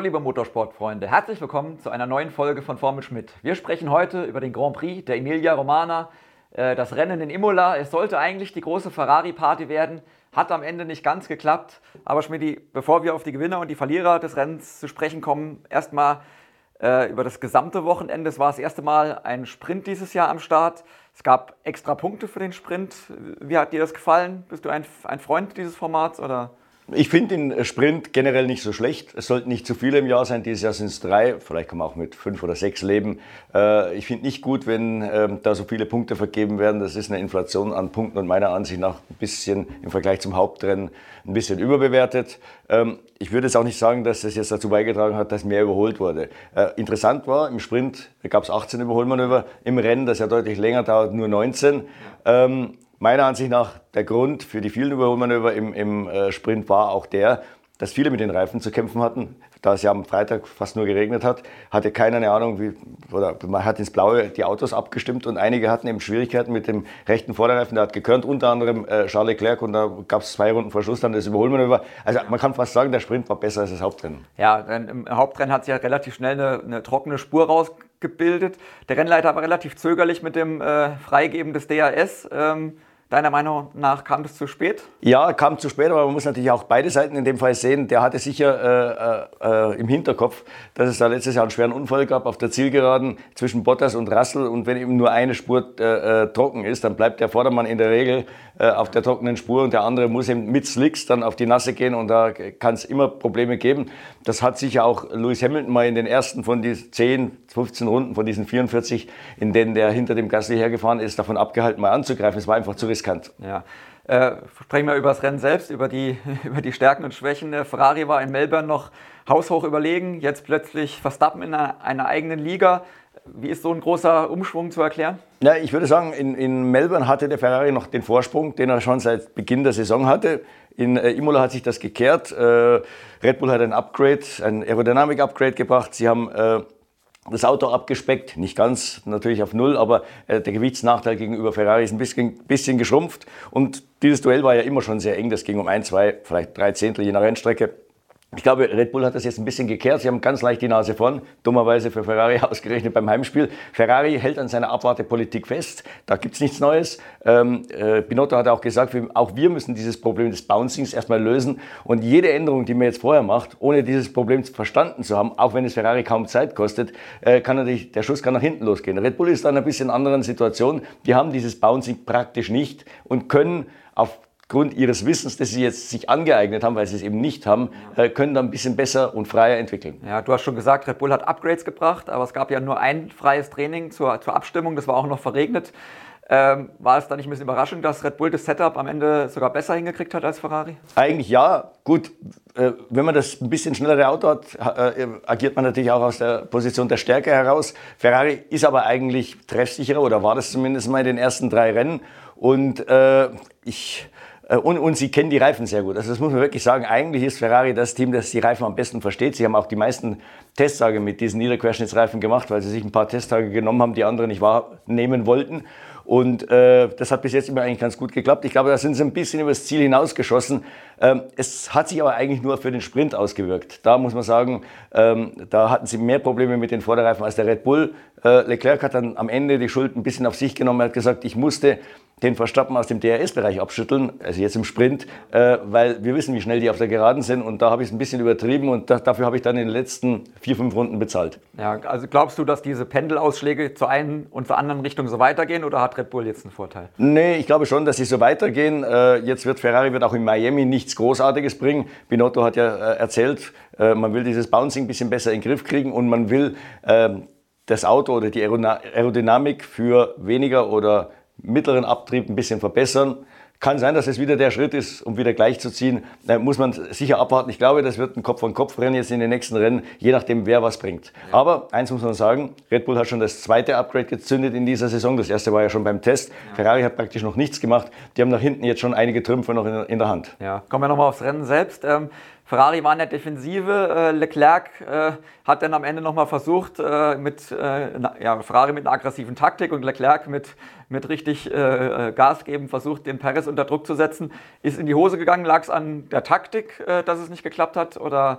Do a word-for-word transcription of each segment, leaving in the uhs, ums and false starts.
Hallo liebe Motorsportfreunde, herzlich willkommen zu einer neuen Folge von Formel Schmidt. Wir sprechen heute über den Grand Prix der Emilia Romagna, das Rennen in Imola. Es sollte eigentlich die große Ferrari-Party werden, hat am Ende nicht ganz geklappt. Aber Schmidti, bevor wir auf die Gewinner und die Verlierer des Rennens zu sprechen kommen, erstmal äh, über das gesamte Wochenende. Es war das erste Mal ein Sprint dieses Jahr am Start. Es gab extra Punkte für den Sprint. Wie hat dir das gefallen? Bist du ein, ein Freund dieses Formats, oder? Ich finde den Sprint generell nicht so schlecht. Es sollten nicht zu viele im Jahr sein. Dieses Jahr sind es drei. Vielleicht kann man auch mit fünf oder sechs leben. Äh, ich finde nicht gut, wenn äh, da so viele Punkte vergeben werden. Das ist eine Inflation an Punkten und meiner Ansicht nach ein bisschen im Vergleich zum Hauptrennen ein bisschen überbewertet. Ähm, ich würde jetzt auch nicht sagen, dass das jetzt dazu beigetragen hat, dass mehr überholt wurde. Äh, interessant war, im Sprint gab es achtzehn Überholmanöver. Im Rennen, das ja deutlich länger dauert, nur neunzehn. Ähm, Meiner Ansicht nach der Grund für die vielen Überholmanöver im, im äh, Sprint war auch der, dass viele mit den Reifen zu kämpfen hatten. Da es ja am Freitag fast nur geregnet hat, hatte keiner eine Ahnung, wie, oder man hat ins Blaue die Autos abgestimmt und einige hatten eben Schwierigkeiten mit dem rechten Vorderreifen. Der hat gekörnt, unter anderem äh, Charles Leclerc, und da gab es zwei Runden vor Schluss dann das Überholmanöver. Also man kann fast sagen, der Sprint war besser als das Hauptrennen. Ja, im Hauptrennen hat sich ja relativ schnell eine, eine trockene Spur rausgebildet. Der Rennleiter war relativ zögerlich mit dem äh, Freigeben des D R S. Ähm, Deiner Meinung nach kam das zu spät? Ja, kam zu spät, aber man muss natürlich auch beide Seiten in dem Fall sehen. Der hatte sicher äh, äh, im Hinterkopf, dass es da letztes Jahr einen schweren Unfall gab auf der Zielgeraden zwischen Bottas und Russell. Und wenn eben nur eine Spur äh, trocken ist, dann bleibt der Vordermann in der Regel äh, auf der trockenen Spur und der andere muss eben mit Slicks dann auf die Nasse gehen, und da kann es immer Probleme geben. Das hat sicher auch Lewis Hamilton mal in den ersten von diesen zehn, fünfzehn Runden, von diesen vierundvierzig, in denen der hinter dem Gasly hergefahren ist, davon abgehalten, mal anzugreifen. Es war einfach zu riskant. Ja. Äh, sprechen wir über das Rennen selbst, über die, über die Stärken und Schwächen. Der Ferrari war in Melbourne noch haushoch überlegen, jetzt plötzlich Verstappen in einer, einer eigenen Liga. Wie ist so ein großer Umschwung zu erklären? Ja, ich würde sagen, in, in Melbourne hatte der Ferrari noch den Vorsprung, den er schon seit Beginn der Saison hatte. In äh, Imola hat sich das gekehrt. Äh, Red Bull hat ein Upgrade, ein Aerodynamik-Upgrade gebracht. Sie haben äh, das Auto abgespeckt, nicht ganz natürlich auf Null, aber äh, der Gewichtsnachteil gegenüber Ferrari ist ein bisschen, bisschen geschrumpft. Und dieses Duell war ja immer schon sehr eng. Das ging um ein, zwei, vielleicht drei Zehntel je nach Rennstrecke. Ich glaube, Red Bull hat das jetzt ein bisschen gekehrt. Sie haben ganz leicht die Nase vorn, dummerweise für Ferrari ausgerechnet beim Heimspiel. Ferrari hält an seiner Abwartepolitik fest, da gibt es nichts Neues. Ähm, äh, Binotto hat auch gesagt, wir, auch wir müssen dieses Problem des Bouncings erstmal lösen. Und jede Änderung, die man jetzt vorher macht, ohne dieses Problem verstanden zu haben, auch wenn es Ferrari kaum Zeit kostet, äh, kann natürlich, der Schuss kann nach hinten losgehen. Red Bull ist da in einer bisschen anderen Situation. Die haben dieses Bouncing praktisch nicht und können auf Grund ihres Wissens, das sie jetzt sich angeeignet haben, weil sie es eben nicht haben, äh, können da ein bisschen besser und freier entwickeln. Ja, du hast schon gesagt, Red Bull hat Upgrades gebracht, aber es gab ja nur ein freies Training zur, zur Abstimmung, das war auch noch verregnet. Ähm, war es da nicht ein bisschen überraschend, dass Red Bull das Setup am Ende sogar besser hingekriegt hat als Ferrari? Eigentlich ja. Gut, äh, wenn man das ein bisschen schnellere Auto hat, äh, agiert man natürlich auch aus der Position der Stärke heraus. Ferrari ist aber eigentlich treffsicherer, oder war das zumindest mal in den ersten drei Rennen. Und äh, ich... Und, und sie kennen die Reifen sehr gut. Also das muss man wirklich sagen. Eigentlich ist Ferrari das Team, das die Reifen am besten versteht. Sie haben auch die meisten Testtage mit diesen Niederquerschnittsreifen gemacht, weil sie sich ein paar Testtage genommen haben, die andere nicht wahrnehmen wollten. Und äh, das hat bis jetzt immer eigentlich ganz gut geklappt. Ich glaube, da sind sie ein bisschen übers Ziel hinausgeschossen. Ähm, es hat sich aber eigentlich nur für den Sprint ausgewirkt. Da muss man sagen, ähm, da hatten sie mehr Probleme mit den Vorderreifen als der Red Bull. Äh, Leclerc hat dann am Ende die Schuld ein bisschen auf sich genommen. Er hat gesagt, ich musste den Verstappen aus dem D R S-Bereich abschütteln, also jetzt im Sprint, äh, weil wir wissen, wie schnell die auf der Geraden sind, und da habe ich es ein bisschen übertrieben, und da, dafür habe ich dann in den letzten vier, fünf Runden bezahlt. Ja, also glaubst du, dass diese Pendelausschläge zur einen und zur anderen Richtung so weitergehen, oder hat Red Bull jetzt einen Vorteil? Nee, ich glaube schon, dass sie so weitergehen. Äh, jetzt wird Ferrari wird auch in Miami nichts Großartiges bringen. Binotto hat ja äh, erzählt, äh, man will dieses Bouncing ein bisschen besser in den Griff kriegen, und man will äh, das Auto oder die Aerodynamik für weniger oder mittleren Abtrieb ein bisschen verbessern. Kann sein, dass es wieder der Schritt ist, um wieder gleich zu ziehen. Da muss man sicher abwarten. Ich glaube, das wird ein Kopf-an-Kopf-Rennen jetzt in den nächsten Rennen, je nachdem, wer was bringt. Ja. Aber eins muss man sagen, Red Bull hat schon das zweite Upgrade gezündet in dieser Saison. Das erste war ja schon beim Test. Ja. Ferrari hat praktisch noch nichts gemacht. Die haben nach hinten jetzt schon einige Trümpfe noch in, in der Hand. Ja. Kommen wir nochmal aufs Rennen selbst. Ähm, Ferrari war in der Defensive. Äh, Leclerc äh, hat dann am Ende nochmal versucht, äh, mit, äh, na, ja, Ferrari mit einer aggressiven Taktik und Leclerc mit, mit richtig äh, Gas geben, versucht, den Perez unter Druck zu setzen. Ist in die Hose gegangen. Lag es an der Taktik, äh, dass es nicht geklappt hat? Oder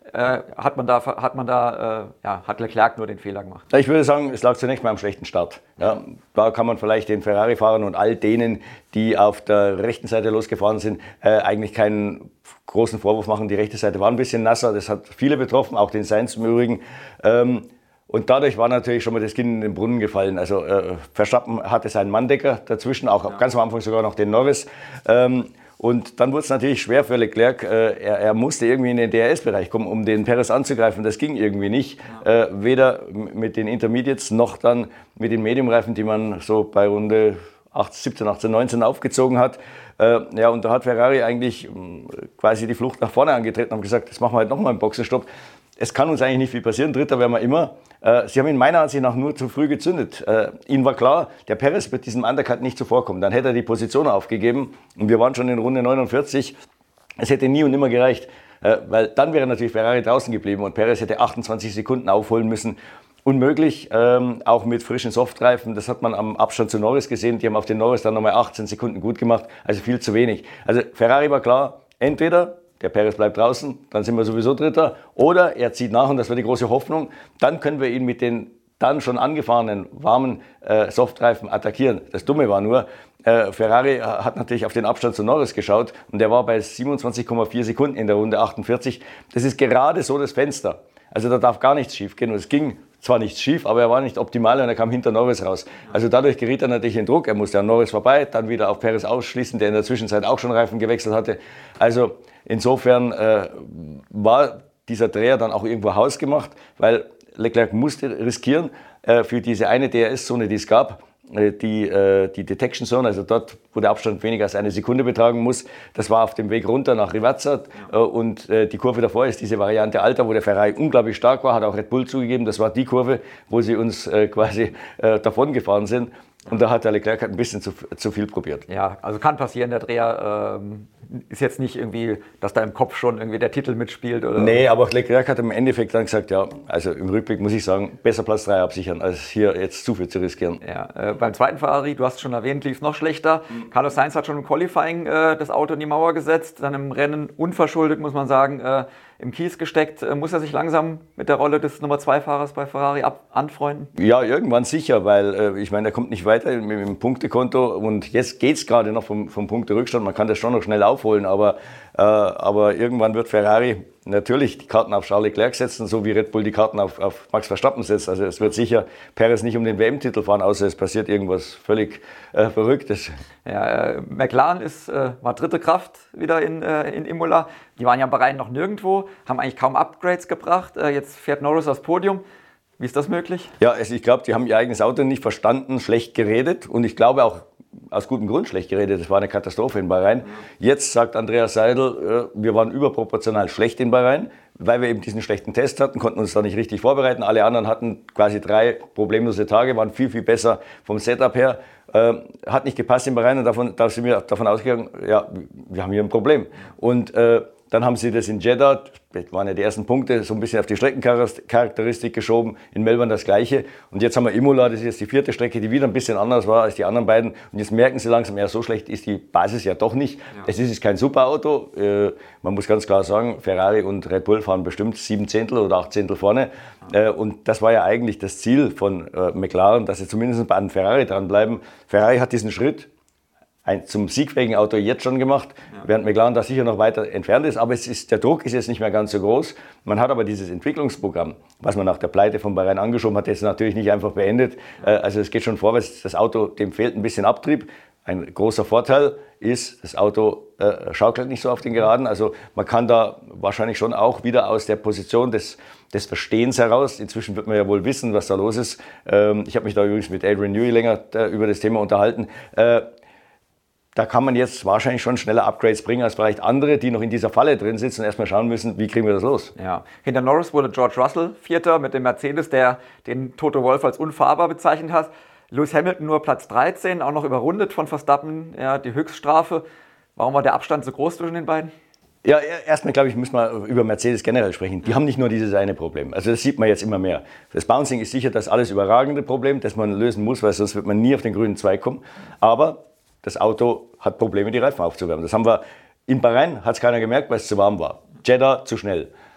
äh, hat man da, hat, man da äh, ja, hat Leclerc nur den Fehler gemacht? Ich würde sagen, es lag zunächst mal am schlechten Start. Ja, da kann man vielleicht den Ferrari-Fahrern und all denen, die auf der rechten Seite losgefahren sind, äh, eigentlich keinen großen Vorwurf machen. Die rechte Seite war ein bisschen nasser, das hat viele betroffen, auch den Sainz im Übrigen. Ähm, Und dadurch war natürlich schon mal das Kind in den Brunnen gefallen. Also äh, Verstappen hatte seinen Manndecker dazwischen, auch ja. ganz am Anfang sogar noch den Norris. Ähm, und dann wurde es natürlich schwer für Leclerc. Äh, er, er musste irgendwie in den D R S-Bereich kommen, um den Perez anzugreifen. Das ging irgendwie nicht. Ja. Äh, weder mit den Intermediates noch dann mit den Medium-Reifen, die man so bei Runde siebzehn, achtzehn, neunzehn aufgezogen hat. Äh, ja, und da hat Ferrari eigentlich mh, quasi die Flucht nach vorne angetreten und gesagt, das machen wir halt nochmal einen Boxenstopp. Es kann uns eigentlich nicht viel passieren, Dritter werden wir immer. Äh, sie haben in meiner Ansicht nach nur zu früh gezündet. Äh, ihnen war klar, der Perez wird diesem Undercut nicht zuvorkommen. Dann hätte er die Position aufgegeben und wir waren schon in Runde neunundvierzig. Es hätte nie und nimmer gereicht, äh, weil dann wäre natürlich Ferrari draußen geblieben und Perez hätte achtundzwanzig Sekunden aufholen müssen. Unmöglich, ähm, auch mit frischen Softreifen. Das hat man am Abstand zu Norris gesehen. Die haben auf den Norris dann nochmal achtzehn Sekunden gut gemacht, also viel zu wenig. Also Ferrari war klar, entweder der Perez bleibt draußen, dann sind wir sowieso Dritter. Oder er zieht nach und das war die große Hoffnung. Dann können wir ihn mit den dann schon angefahrenen, warmen äh, Softreifen attackieren. Das Dumme war nur, äh, Ferrari hat natürlich auf den Abstand zu Norris geschaut und der war bei siebenundzwanzig Komma vier Sekunden in der Runde achtundvierzig. Das ist gerade so das Fenster. Also da darf gar nichts schief gehen. Und es ging zwar nichts schief, aber er war nicht optimal und er kam hinter Norris raus. Also dadurch geriet er natürlich in Druck. Er musste an Norris vorbei, dann wieder auf Perez ausschließen, der in der Zwischenzeit auch schon Reifen gewechselt hatte. Also insofern äh, war dieser Dreher dann auch irgendwo hausgemacht, weil Leclerc musste riskieren äh, für diese eine D R S-Zone, die es gab, äh, die, äh, die Detection Zone, also dort, wo der Abstand weniger als eine Sekunde betragen muss. Das war auf dem Weg runter nach Rivazza äh, und äh, die Kurve davor ist diese Variante Alta, wo der Ferrari unglaublich stark war, hat auch Red Bull zugegeben, das war die Kurve, wo sie uns äh, quasi äh, davon gefahren sind. Und da hat der Leclerc ein bisschen zu, zu viel probiert. Ja, also kann passieren, der Dreher ähm, ist jetzt nicht irgendwie, dass da im Kopf schon irgendwie der Titel mitspielt. Oder? Nee, aber Leclerc hat im Endeffekt dann gesagt, ja, also im Rückblick muss ich sagen, besser Platz drei absichern, als hier jetzt zu viel zu riskieren. Ja, äh, beim zweiten Ferrari, du hast es schon erwähnt, lief es noch schlechter. Mhm. Carlos Sainz hat schon im Qualifying äh, das Auto in die Mauer gesetzt, dann im Rennen unverschuldet, muss man sagen, äh, im Kies gesteckt. Äh, muss er sich langsam mit der Rolle des Nummer zwei Fahrers bei Ferrari ab anfreunden? Ja, irgendwann sicher, weil äh, ich meine, er kommt nicht weiter mit dem Punktekonto und jetzt geht es gerade noch vom, vom Punkterückstand. Man kann das schon noch schnell aufholen, aber, äh, aber irgendwann wird Ferrari natürlich die Karten auf Charles Leclerc setzen, so wie Red Bull die Karten auf, auf Max Verstappen setzt. Also es wird sicher Perez nicht um den W M-Titel fahren, außer es passiert irgendwas völlig äh, Verrücktes. Ja, äh, McLaren ist, äh, war dritte Kraft wieder in, äh, in Imola. Die waren ja bei Reihen noch nirgendwo, haben eigentlich kaum Upgrades gebracht. Äh, jetzt fährt Norris aufs Podium. Wie ist das möglich? Ja, also ich glaube, die haben ihr eigenes Auto nicht verstanden, schlecht geredet und ich glaube auch aus gutem Grund schlecht geredet. Das war eine Katastrophe in Bahrain. Jetzt sagt Andreas Seidel, wir waren überproportional schlecht in Bahrain, weil wir eben diesen schlechten Test hatten, konnten uns da nicht richtig vorbereiten. Alle anderen hatten quasi drei problemlose Tage, waren viel, viel besser vom Setup her. Äh, hat nicht gepasst in Bahrain und davon, da sind wir davon ausgegangen, ja, wir haben hier ein Problem. Und äh, dann haben sie das in Jeddah, das waren ja die ersten Punkte, so ein bisschen auf die Streckencharakteristik geschoben. In Melbourne das Gleiche. Und jetzt haben wir Imola, das ist jetzt die vierte Strecke, die wieder ein bisschen anders war als die anderen beiden. Und jetzt merken sie langsam, ja, so schlecht ist die Basis ja doch nicht. Ja. Es ist kein Superauto. Äh, man muss ganz klar sagen, Ferrari und Red Bull fahren bestimmt sieben Zehntel oder acht Zehntel vorne. Äh, und das war ja eigentlich das Ziel von äh, McLaren, dass sie zumindest bei einem Ferrari dranbleiben. Ferrari hat diesen Schritt Ein, zum siegfähigen Auto jetzt schon gemacht, ja. während McLaren da sicher noch weiter entfernt ist. Aber es ist, der Druck ist jetzt nicht mehr ganz so groß. Man hat aber dieses Entwicklungsprogramm, was man nach der Pleite von Bahrain angeschoben hat, jetzt natürlich nicht einfach beendet. Ja. Also es geht schon vorwärts. Das Auto, dem fehlt ein bisschen Abtrieb. Ein großer Vorteil ist, das Auto äh, schaukelt nicht so auf den Geraden. Also man kann da wahrscheinlich schon auch wieder aus der Position des, des Verstehens heraus, inzwischen wird man ja wohl wissen, was da los ist. Ähm, ich habe mich da übrigens mit Adrian Newey länger äh, über das Thema unterhalten. Äh, Da kann man jetzt wahrscheinlich schon schneller Upgrades bringen als vielleicht andere, die noch in dieser Falle drin sitzen und erstmal schauen müssen, wie kriegen wir das los. Ja. Hinter Norris wurde George Russell Vierter mit dem Mercedes, der den Toto Wolff als unfahrbar bezeichnet hat. Lewis Hamilton nur Platz dreizehn, auch noch überrundet von Verstappen, ja, die Höchststrafe. Warum war der Abstand so groß zwischen den beiden? Ja, erstmal glaube ich, müssen wir über Mercedes generell sprechen. Die haben nicht nur dieses eine Problem. Also das sieht man jetzt immer mehr. Das Bouncing ist sicher das alles überragende Problem, das man lösen muss, weil sonst wird man nie auf den grünen Zweig kommen. Aber das Auto hat Probleme, die Reifen aufzuwärmen. Das haben wir in Bahrain, hat es keiner gemerkt, weil es zu warm war. Jeddah zu schnell.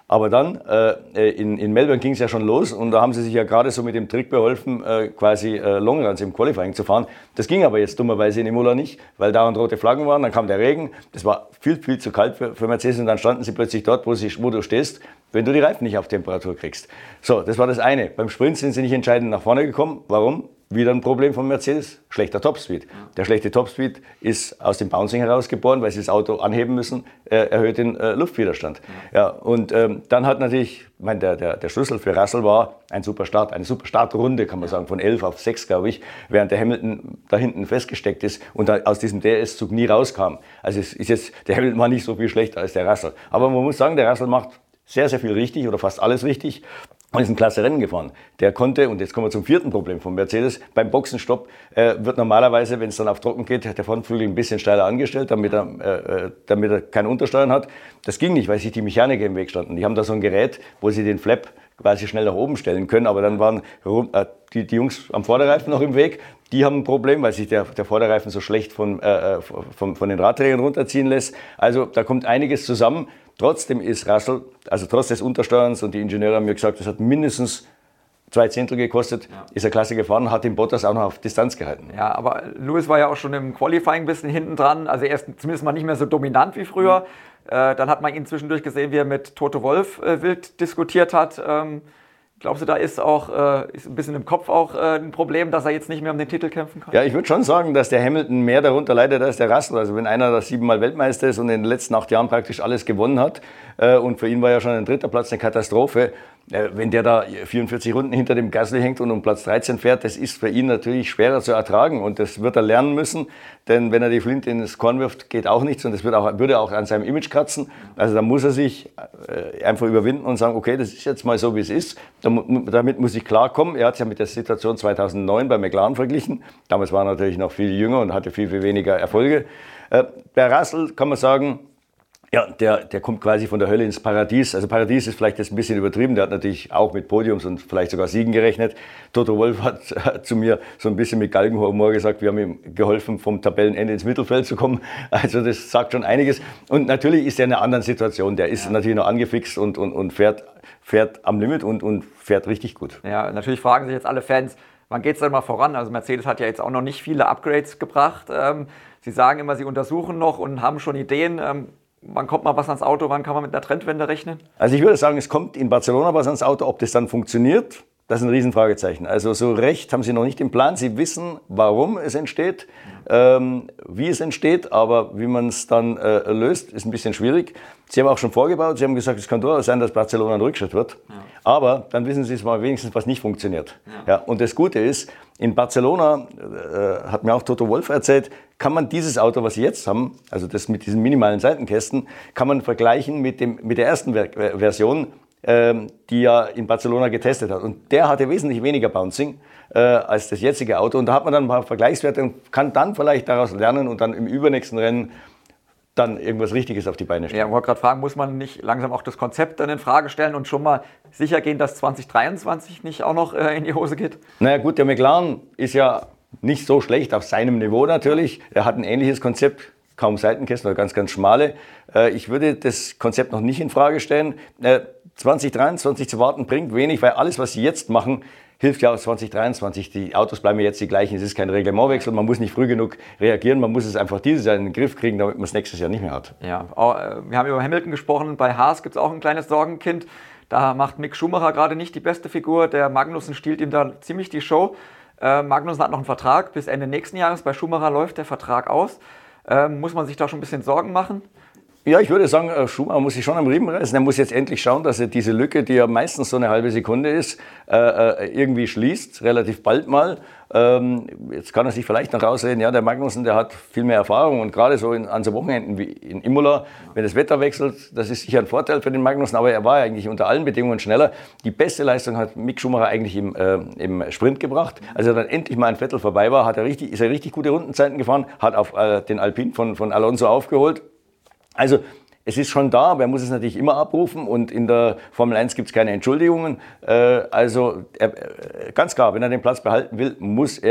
Aber dann, äh, in, in Melbourne ging es ja schon los und da haben sie sich ja gerade so mit dem Trick beholfen, äh, quasi äh, Longruns im Qualifying zu fahren. Das ging aber jetzt dummerweise in Imola nicht, weil dauernd rote Flaggen waren, dann kam der Regen, das war viel, viel zu kalt für, für Mercedes und dann standen sie plötzlich dort, wo, sie, wo du stehst, wenn du die Reifen nicht auf Temperatur kriegst. So, das war das eine. Beim Sprint sind sie nicht entscheidend nach vorne gekommen. Warum? Wieder ein Problem von Mercedes, schlechter Topspeed. Der schlechte Topspeed ist aus dem Bouncing herausgeboren, weil sie das Auto anheben müssen, äh, erhöht den äh, Luftwiderstand. Ja. Ja, und ähm, dann hat natürlich, ich meine, der, der, der Schlüssel für Russell war ein super Start, eine super Startrunde, kann man sagen, von elf auf sechs, glaube ich, während der Hamilton da hinten festgesteckt ist und da aus diesem D R S-Zug nie rauskam. Also es ist jetzt, der Hamilton war nicht so viel schlechter als der Russell. Aber man muss sagen, der Russell macht sehr, sehr viel richtig oder fast alles richtig. Und ist ein klasse Rennen gefahren. Der konnte, und jetzt kommen wir zum vierten Problem von Mercedes, beim Boxenstopp äh, wird normalerweise, wenn es dann auf Trocken geht, der Frontflügel ein bisschen steiler angestellt, damit er, äh, damit er kein Untersteuern hat. Das ging nicht, weil sich die Mechaniker im Weg standen. Die haben da so ein Gerät, wo sie den Flap quasi schnell nach oben stellen können, aber dann waren äh, die, die Jungs am Vorderreifen noch im Weg. Die haben ein Problem, weil sich der, der Vorderreifen so schlecht von, äh, von, von den Radträgern runterziehen lässt. Also da kommt einiges zusammen. Trotzdem ist Russell, also trotz des Untersteuerns, und die Ingenieure haben mir gesagt, das hat mindestens zwei Zehntel gekostet, ja. Ist er klasse gefahren, hat den Bottas auch noch auf Distanz gehalten. Ja, aber Lewis war ja auch schon im Qualifying ein bisschen hinten dran, also er ist zumindest mal nicht mehr so dominant wie früher. Mhm. Äh, dann hat man ihn zwischendurch gesehen, wie er mit Toto Wolff äh, wild diskutiert hat. Ähm, Glaubst du, da ist auch äh, ist ein bisschen im Kopf auch äh, ein Problem, dass er jetzt nicht mehr um den Titel kämpfen kann? Ja, ich würde schon sagen, dass der Hamilton mehr darunter leidet als der Russell. Also wenn einer da siebenmal Weltmeister ist und in den letzten acht Jahren praktisch alles gewonnen hat äh, und für ihn war ja schon ein dritter Platz eine Katastrophe, äh, wenn der da vierundvierzig Runden hinter dem Gasly hängt und um Platz dreizehn fährt, das ist für ihn natürlich schwerer zu ertragen und das wird er lernen müssen, denn wenn er die Flinte ins Korn wirft, geht auch nichts und das wird auch, würde auch an seinem Image kratzen. Also da muss er sich äh, einfach überwinden und sagen, okay, das ist jetzt mal so, wie es ist. Damit muss ich klarkommen. Er hat es ja mit der Situation zweitausendneun bei McLaren verglichen. Damals war er natürlich noch viel jünger und hatte viel, viel weniger Erfolge. Äh, bei Russell kann man sagen, ja, der, der kommt quasi von der Hölle ins Paradies. Also Paradies ist vielleicht jetzt ein bisschen übertrieben. Der hat natürlich auch mit Podiums und vielleicht sogar Siegen gerechnet. Toto Wolff hat, hat zu mir so ein bisschen mit Galgenhumor gesagt, wir haben ihm geholfen, vom Tabellenende ins Mittelfeld zu kommen. Also das sagt schon einiges. Und natürlich ist er in einer anderen Situation. Der ist ja natürlich noch angefixt und, und, und fährt, fährt am Limit und, und fährt richtig gut. Ja, natürlich fragen sich jetzt alle Fans, wann geht es denn mal voran? Also Mercedes hat ja jetzt auch noch nicht viele Upgrades gebracht. Ähm, sie sagen immer, sie untersuchen noch und haben schon Ideen. Ähm, Wann kommt mal was ans Auto? Wann kann man mit einer Trendwende rechnen? Also ich würde sagen, es kommt in Barcelona was ans Auto. Ob das dann funktioniert, das ist ein Riesenfragezeichen. Also so recht haben sie noch nicht im Plan. Sie wissen, warum es entsteht, ähm, wie es entsteht, aber wie man es dann äh, löst, ist ein bisschen schwierig. Sie haben auch schon vorgebaut. Sie haben gesagt, es kann durchaus sein, dass Barcelona ein Rückschritt wird. Ja. Aber dann wissen Sie es mal wenigstens, was nicht funktioniert. Ja. Ja, und das Gute ist, in Barcelona, äh, hat mir auch Toto Wolff erzählt, kann man dieses Auto, was Sie jetzt haben, also das mit diesen minimalen Seitenkästen, kann man vergleichen mit, dem, mit der ersten Ver Version, ähm, die er in Barcelona getestet hat. Und der hatte wesentlich weniger Bouncing äh, als das jetzige Auto. Und da hat man dann ein paar Vergleichswerte und kann dann vielleicht daraus lernen und dann im übernächsten Rennen dann irgendwas Richtiges auf die Beine stellen. Ja, ich wollte gerade fragen, muss man nicht langsam auch das Konzept dann in Frage stellen und schon mal sicher gehen, dass zwanzig dreiundzwanzig nicht auch noch äh, in die Hose geht? Naja gut, der McLaren ist ja nicht so schlecht auf seinem Niveau natürlich. Er hat ein ähnliches Konzept, kaum Seitenkästen oder ganz, ganz schmale. Äh, ich würde das Konzept noch nicht in Frage stellen. Äh, zwanzig dreiundzwanzig zu warten bringt wenig, weil alles, was sie jetzt machen, hilft ja auch zwanzig dreiundzwanzig. Die Autos bleiben jetzt die gleichen. Es ist kein Reglementwechsel. Man muss nicht früh genug reagieren. Man muss es einfach dieses Jahr in den Griff kriegen, damit man es nächstes Jahr nicht mehr hat. Ja, wir haben über Hamilton gesprochen. Bei Haas gibt es auch ein kleines Sorgenkind. Da macht Mick Schumacher gerade nicht die beste Figur. Der Magnussen stiehlt ihm da ziemlich die Show. Äh, Magnussen hat noch einen Vertrag bis Ende nächsten Jahres. Bei Schumacher läuft der Vertrag aus. Äh, muss man sich da schon ein bisschen Sorgen machen? Ja, ich würde sagen, Schumacher muss sich schon am Riemen reißen. Er muss jetzt endlich schauen, dass er diese Lücke, die ja meistens so eine halbe Sekunde ist, äh, irgendwie schließt, relativ bald mal. Ähm, jetzt kann er sich vielleicht noch rausreden, ja, der Magnussen, der hat viel mehr Erfahrung und gerade so in, an so Wochenenden wie in Imola, wenn das Wetter wechselt, das ist sicher ein Vorteil für den Magnussen, aber er war eigentlich unter allen Bedingungen schneller. Die beste Leistung hat Mick Schumacher eigentlich im, äh, im Sprint gebracht. Als er dann endlich mal an Vettel vorbei war, hat er richtig, ist er richtig gute Rundenzeiten gefahren, hat auf äh, den Alpine von, von Alonso aufgeholt. Also es ist schon da, aber er muss es natürlich immer abrufen und in der Formel eins gibt es keine Entschuldigungen. Äh, also er, ganz klar, wenn er den Platz behalten will, muss er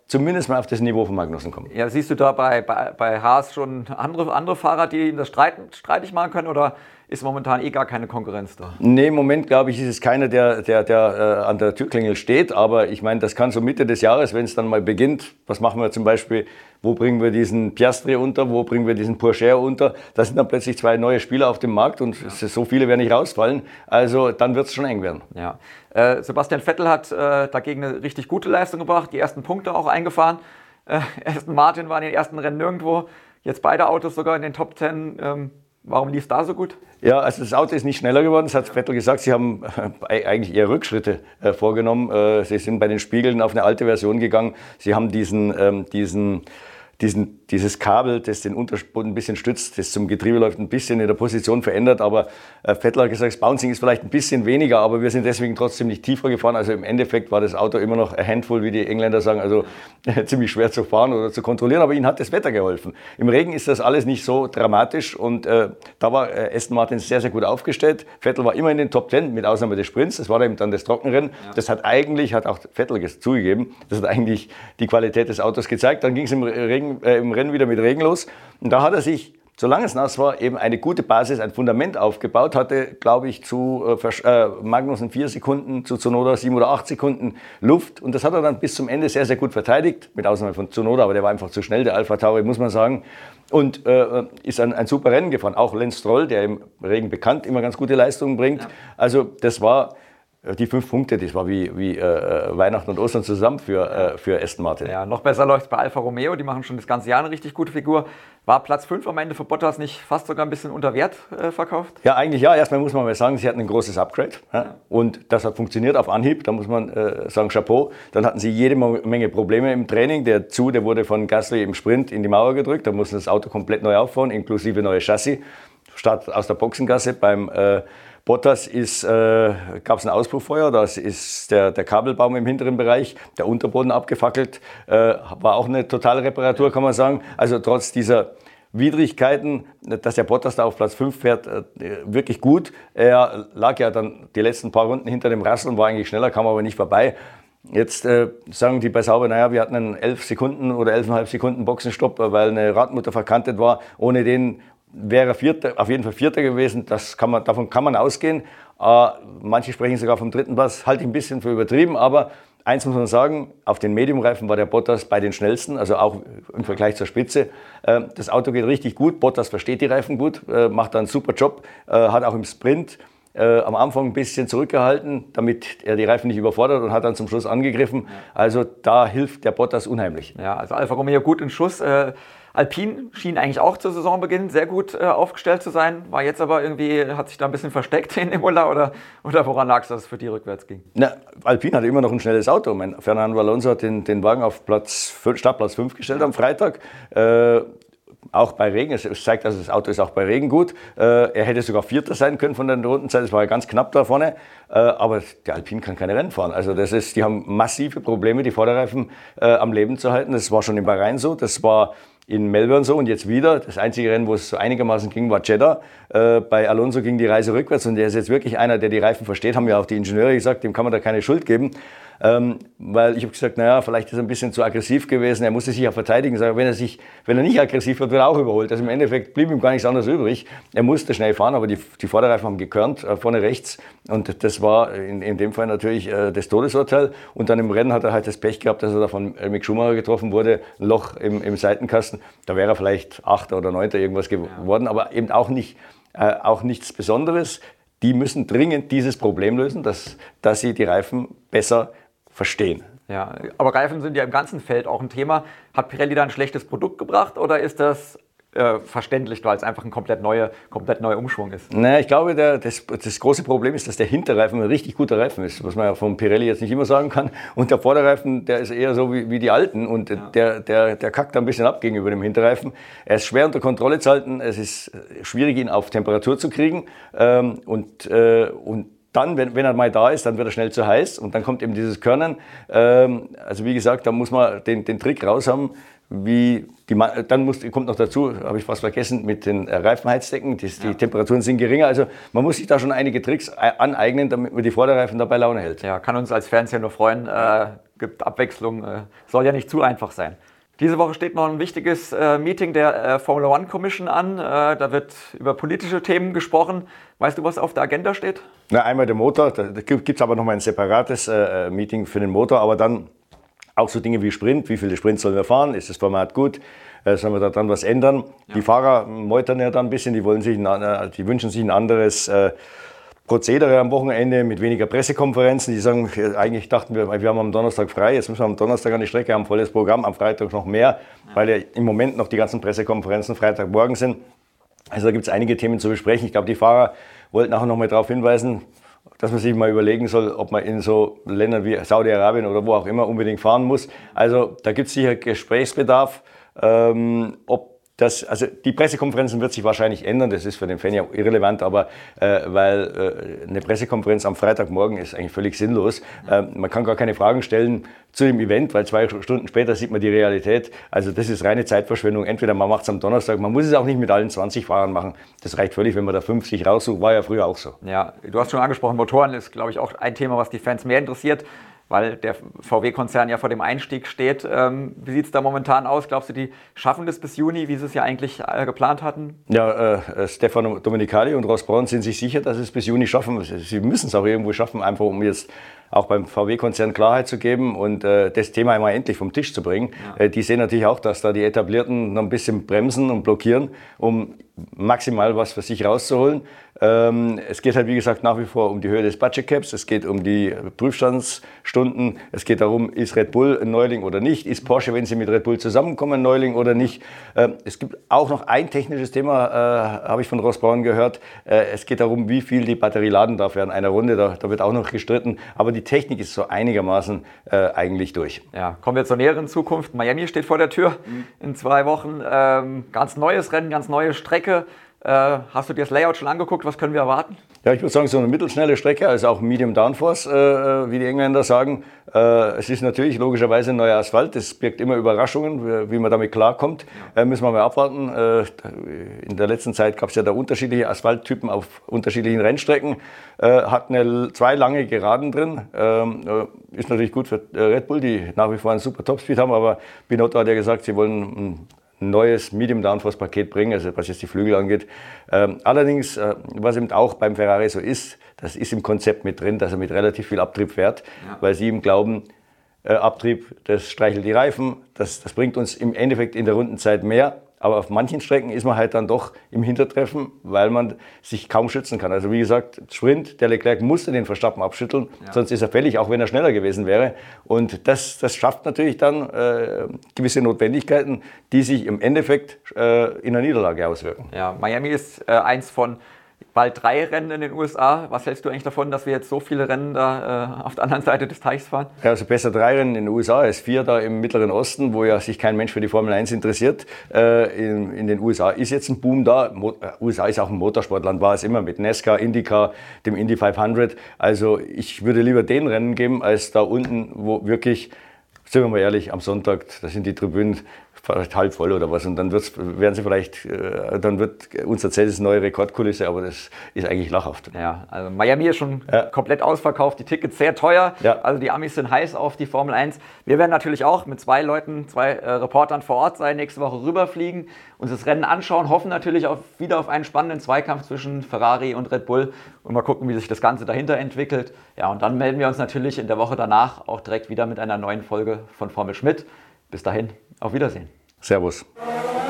zumindest mal auf das Niveau von Magnussen kommen. Ja, siehst du da bei, bei, bei Haas schon andere, andere Fahrer, die das streiten, streitig machen können, oder ist momentan eh gar keine Konkurrenz da? Nee, im Moment, glaube ich, ist es keiner, der, der, der äh, an der Türklingel steht. Aber ich meine, das kann so Mitte des Jahres, wenn es dann mal beginnt, was machen wir zum Beispiel, wo bringen wir diesen Piastri unter, wo bringen wir diesen Pourchaire unter? Da sind dann plötzlich zwei neue Spieler auf dem Markt und ja. so viele werden nicht rausfallen. Also dann wird es schon eng werden. Ja. Äh, Sebastian Vettel hat äh, dagegen eine richtig gute Leistung gebracht, die ersten Punkte auch eingefahren. Äh, Aston Martin war in den ersten Rennen nirgendwo, jetzt beide Autos sogar in den Top Ten. Ähm, Warum lief es da so gut? Ja, also das Auto ist nicht schneller geworden, das hat Vettel gesagt. Sie haben äh, eigentlich eher Rückschritte äh, vorgenommen. Äh, sie sind bei den Spiegeln auf eine alte Version gegangen. Sie haben diesen, ähm, diesen, diesen, dieses Kabel, das den Unterboden ein bisschen stützt, das zum Getriebe läuft, ein bisschen in der Position verändert. Aber äh, Vettel hat gesagt, das Bouncing ist vielleicht ein bisschen weniger, aber wir sind deswegen trotzdem nicht tiefer gefahren. Also im Endeffekt war das Auto immer noch a handful, wie die Engländer sagen, also äh, ziemlich schwer zu fahren oder zu kontrollieren. Aber ihnen hat das Wetter geholfen. Im Regen ist das alles nicht so dramatisch und äh, da war äh, Aston Martin sehr, sehr gut aufgestellt. Vettel war immer in den Top Ten, mit Ausnahme des Sprints. Das war eben dann das Trockenrennen. Ja. Das hat eigentlich, hat auch Vettel zugegeben, das hat eigentlich die Qualität des Autos gezeigt. Dann ging es im Regen Äh, im Rennen wieder mit Regen los. Und da hat er sich, solange es nass war, eben eine gute Basis, ein Fundament aufgebaut, hatte, glaube ich, zu äh, Magnussen vier Sekunden, zu Tsunoda sieben oder acht Sekunden Luft. Und das hat er dann bis zum Ende sehr, sehr gut verteidigt, mit Ausnahme von Tsunoda, aber der war einfach zu schnell, der Alpha Tauri, muss man sagen. Und äh, ist ein, ein super Rennen gefahren. Auch Lance Stroll, der im Regen bekannt immer ganz gute Leistungen bringt. Ja. Also das war... Die fünf Punkte, das war wie, wie äh, Weihnachten und Ostern zusammen für, äh, für Aston Martin. Ja, noch besser läuft es bei Alfa Romeo, die machen schon das ganze Jahr eine richtig gute Figur. War Platz fünf am Ende für Bottas nicht fast sogar ein bisschen unter Wert äh, verkauft? Ja, eigentlich ja. Erstmal muss man mal sagen, sie hatten ein großes Upgrade. Ja? Ja. Und das hat funktioniert auf Anhieb. Da muss man äh, sagen, Chapeau. Dann hatten sie jede Menge Probleme im Training. Der Zu, der wurde von Gasly im Sprint in die Mauer gedrückt. Da mussten das Auto komplett neu aufbauen, inklusive neue Chassis. Start aus der Boxengasse beim äh, Bottas ist, äh, gab es ein Auspuffeuer, da ist der, der Kabelbaum im hinteren Bereich, der Unterboden abgefackelt, äh, war auch eine totale Reparatur, kann man sagen. Also trotz dieser Widrigkeiten, dass der Bottas da auf Platz fünf fährt, äh, wirklich gut. Er lag ja dann die letzten paar Runden hinter dem Russell und war eigentlich schneller, kam aber nicht vorbei. Jetzt äh, sagen die bei Sauber, naja, wir hatten einen elf Sekunden oder elf Komma fünf Sekunden Boxenstopp, weil eine Radmutter verkantet war. Ohne den wäre Vierter, auf jeden Fall Vierter gewesen, das kann man, davon kann man ausgehen. Äh, manche sprechen sogar vom dritten Platz, halte ich ein bisschen für übertrieben, aber eins muss man sagen, auf den Medium-Reifen war der Bottas bei den schnellsten, also auch im Vergleich zur Spitze. Äh, das Auto geht richtig gut, Bottas versteht die Reifen gut, äh, macht da einen super Job, äh, hat auch im Sprint äh, am Anfang ein bisschen zurückgehalten, damit er die Reifen nicht überfordert und hat dann zum Schluss angegriffen. Also da hilft der Bottas unheimlich. Ja, also Alfa Romeo gut in Schuss. Äh Alpine schien eigentlich auch zu Saisonbeginn sehr gut äh, aufgestellt zu sein, war jetzt aber irgendwie, hat sich da ein bisschen versteckt in Imola oder, oder woran lag es, dass es für die rückwärts ging? Na, Alpine hat immer noch ein schnelles Auto. Mein Fernando Alonso hat den, den Wagen auf Platz fünf, Startplatz fünf gestellt am Freitag. Äh, auch bei Regen, es zeigt, also das Auto ist auch bei Regen gut. Äh, er hätte sogar Vierter sein können von der Rundenzeit, es war ja ganz knapp da vorne. Äh, aber der Alpine kann keine Rennen fahren. Also das ist, die haben massive Probleme, die Vorderreifen äh, am Leben zu halten. Das war schon in Bahrain so, das war in Melbourne so und jetzt wieder. Das einzige Rennen, wo es so einigermaßen ging, war Jeddah. Äh, bei Alonso ging die Reise rückwärts und der ist jetzt wirklich einer, der die Reifen versteht, haben ja auch die Ingenieure gesagt, dem kann man da keine Schuld geben. Ähm, weil ich habe gesagt, naja, vielleicht ist er ein bisschen zu aggressiv gewesen, er musste sich ja verteidigen. Sag, wenn er sich, wenn er nicht aggressiv wird, wird er auch überholt. Also im Endeffekt blieb ihm gar nichts anderes übrig. Er musste schnell fahren, aber die, die Vorderreifen haben gekörnt, äh, vorne rechts. Und das war in, in dem Fall natürlich äh, das Todesurteil. Und dann im Rennen hat er halt das Pech gehabt, dass er da von Mick Schumacher getroffen wurde, ein Loch im, im Seitenkasten. Da wäre er vielleicht Achter oder Neunter irgendwas geworden, ja. Aber eben auch, nicht, äh, auch nichts Besonderes. Die müssen dringend dieses Problem lösen, dass, dass sie die Reifen besser verstehen. Ja, aber Reifen sind ja im ganzen Feld auch ein Thema. Hat Pirelli da ein schlechtes Produkt gebracht oder ist das äh, verständlich, weil es einfach ein komplett neuer komplett neuer Umschwung ist? Naja, ich glaube, der, das, das große Problem ist, dass der Hinterreifen ein richtig guter Reifen ist, was man ja von Pirelli jetzt nicht immer sagen kann. Und der Vorderreifen, der ist eher so wie, wie die alten und ja. der, der, der kackt da ein bisschen ab gegenüber dem Hinterreifen. Er ist schwer unter Kontrolle zu halten, es ist schwierig, ihn auf Temperatur zu kriegen ähm, und, äh, und Dann, wenn, wenn er mal da ist, dann wird er schnell zu heiß und dann kommt eben dieses Körnern. Ähm, also wie gesagt, da muss man den, den Trick raus haben, wie die, dann muss, kommt noch dazu, habe ich fast vergessen, mit den Reifenheizdecken, die, die ja. Temperaturen sind geringer. Also man muss sich da schon einige Tricks aneignen, damit man die Vorderreifen dabei Laune hält. Ja, kann uns als Fans ja nur freuen. Äh, gibt Abwechslung, äh, soll ja nicht zu einfach sein. Diese Woche steht noch ein wichtiges äh, Meeting der äh, Formula One Commission an. Äh, da wird über politische Themen gesprochen. Weißt du, was auf der Agenda steht? Na, einmal der Motor, da gibt es aber noch mal ein separates äh, Meeting für den Motor, aber dann auch so Dinge wie Sprint. Wie viele Sprints sollen wir fahren? Ist das Format gut? Äh, sollen wir da dann was ändern? Ja. Die Fahrer meutern ja dann ein bisschen, die, wollen sich ein, die wünschen sich ein anderes äh, Prozedere am Wochenende mit weniger Pressekonferenzen. Die sagen, eigentlich dachten wir, wir haben am Donnerstag frei, jetzt müssen wir am Donnerstag an die Strecke, haben ein volles Programm, am Freitag noch mehr, ja. weil ja im Moment noch die ganzen Pressekonferenzen Freitagmorgen sind. Also da gibt es einige Themen zu besprechen. Ich glaube, die Fahrer wollten nachher noch mal darauf hinweisen, dass man sich mal überlegen soll, ob man in so Ländern wie Saudi-Arabien oder wo auch immer unbedingt fahren muss. Also da gibt es sicher Gesprächsbedarf, ähm, ob Das, also die Pressekonferenzen wird sich wahrscheinlich ändern, das ist für den Fan ja irrelevant, aber äh, weil äh, eine Pressekonferenz am Freitagmorgen ist eigentlich völlig sinnlos. Äh, man kann gar keine Fragen stellen zu dem Event, weil zwei Stunden später sieht man die Realität. Also das ist reine Zeitverschwendung. Entweder man macht es am Donnerstag, man muss es auch nicht mit allen zwanzig Fahrern machen. Das reicht völlig, wenn man da fünfzig raussucht, war ja früher auch so. Ja, du hast schon angesprochen, Motoren ist, glaube ich, auch ein Thema, was die Fans mehr interessiert, weil der V W-Konzern ja vor dem Einstieg steht. Ähm, wie sieht es da momentan aus? Glaubst du, die schaffen das bis Juni, wie sie es ja eigentlich äh, geplant hatten? Ja, äh, Stefano Domenicali und Ross Braun sind sich sicher, dass sie es bis Juni schaffen. Sie müssen es auch irgendwo schaffen, einfach um jetzt auch beim V W-Konzern Klarheit zu geben und äh, das Thema einmal endlich vom Tisch zu bringen. Ja. Äh, die sehen natürlich auch, dass da die Etablierten noch ein bisschen bremsen und blockieren, um maximal was für sich rauszuholen. Ähm, es geht halt, wie gesagt, nach wie vor um die Höhe des Budget Caps, es geht um die Prüfstandsstunden, es geht darum, ist Red Bull ein Neuling oder nicht, ist Porsche, wenn sie mit Red Bull zusammenkommen, ein Neuling oder nicht. Ähm, es gibt auch noch ein technisches Thema, äh, habe ich von Ross Braun gehört, äh, es geht darum, wie viel die Batterie laden darf während einer Runde, da, da wird auch noch gestritten, aber die Technik ist so einigermaßen äh, eigentlich durch. Ja, kommen wir zur näheren Zukunft. Miami steht vor der Tür mhm. in zwei Wochen, ähm, ganz neues Rennen, ganz neue Strecke. Äh, hast du dir das Layout schon angeguckt? Was können wir erwarten? Ja, ich würde sagen, so eine mittelschnelle Strecke, also auch Medium Downforce, äh, wie die Engländer sagen. Äh, es ist natürlich logischerweise ein neuer Asphalt, das birgt immer Überraschungen, wie, wie man damit klarkommt. Äh, müssen wir mal abwarten. Äh, in der letzten Zeit gab es ja da unterschiedliche Asphalttypen auf unterschiedlichen Rennstrecken. Äh, hat eine, zwei lange Geraden drin. Ähm, äh, ist natürlich gut für Red Bull, die nach wie vor einen super Topspeed haben, aber Binotto hat ja gesagt, sie wollen ein neues Medium-Downforce-Paket bringen, also was jetzt die Flügel angeht. Ähm, allerdings, äh, was eben auch beim Ferrari so ist, das ist im Konzept mit drin, dass er mit relativ viel Abtrieb fährt, ja. weil sie ihm glauben, äh, Abtrieb, das streichelt die Reifen, das, das bringt uns im Endeffekt in der Rundenzeit mehr. Aber auf manchen Strecken ist man halt dann doch im Hintertreffen, weil man sich kaum schützen kann. Also wie gesagt, Sprint, der Leclerc musste den Verstappen abschütteln, ja. sonst ist er fällig, auch wenn er schneller gewesen wäre. Und das, das schafft natürlich dann äh, gewisse Notwendigkeiten, die sich im Endeffekt äh, in der Niederlage auswirken. Ja, Miami ist äh, eins von bald drei Rennen in den U S A. Was hältst du eigentlich davon, dass wir jetzt so viele Rennen da äh, auf der anderen Seite des Teichs fahren? Ja, also besser drei Rennen in den U S A als vier da im Mittleren Osten, wo ja sich kein Mensch für die Formel eins interessiert. Äh, in, in den U S A ist jetzt ein Boom da. Mo- äh, U S A ist auch ein Motorsportland, war es immer mit NASCAR, IndyCar, dem Indy fünfhundert. Also ich würde lieber den Rennen geben, als da unten, wo wirklich, sind wir mal ehrlich, am Sonntag, da sind die Tribünen vielleicht halb voll oder was und dann wird's, werden sie vielleicht, äh, dann wird uns erzählt, es ist eine neue Rekordkulisse, aber das ist eigentlich lachhaft. Ja, also Miami ist schon ja. komplett ausverkauft, die Tickets sehr teuer, ja. also die Amis sind heiß auf die Formel eins. Wir werden natürlich auch mit zwei Leuten, zwei äh, Reportern vor Ort sein, nächste Woche rüberfliegen, uns das Rennen anschauen, hoffen natürlich auch wieder auf einen spannenden Zweikampf zwischen Ferrari und Red Bull und mal gucken, wie sich das Ganze dahinter entwickelt. Ja, und dann melden wir uns natürlich in der Woche danach auch direkt wieder mit einer neuen Folge von Formel Schmidt. Bis dahin, auf Wiedersehen. Servus.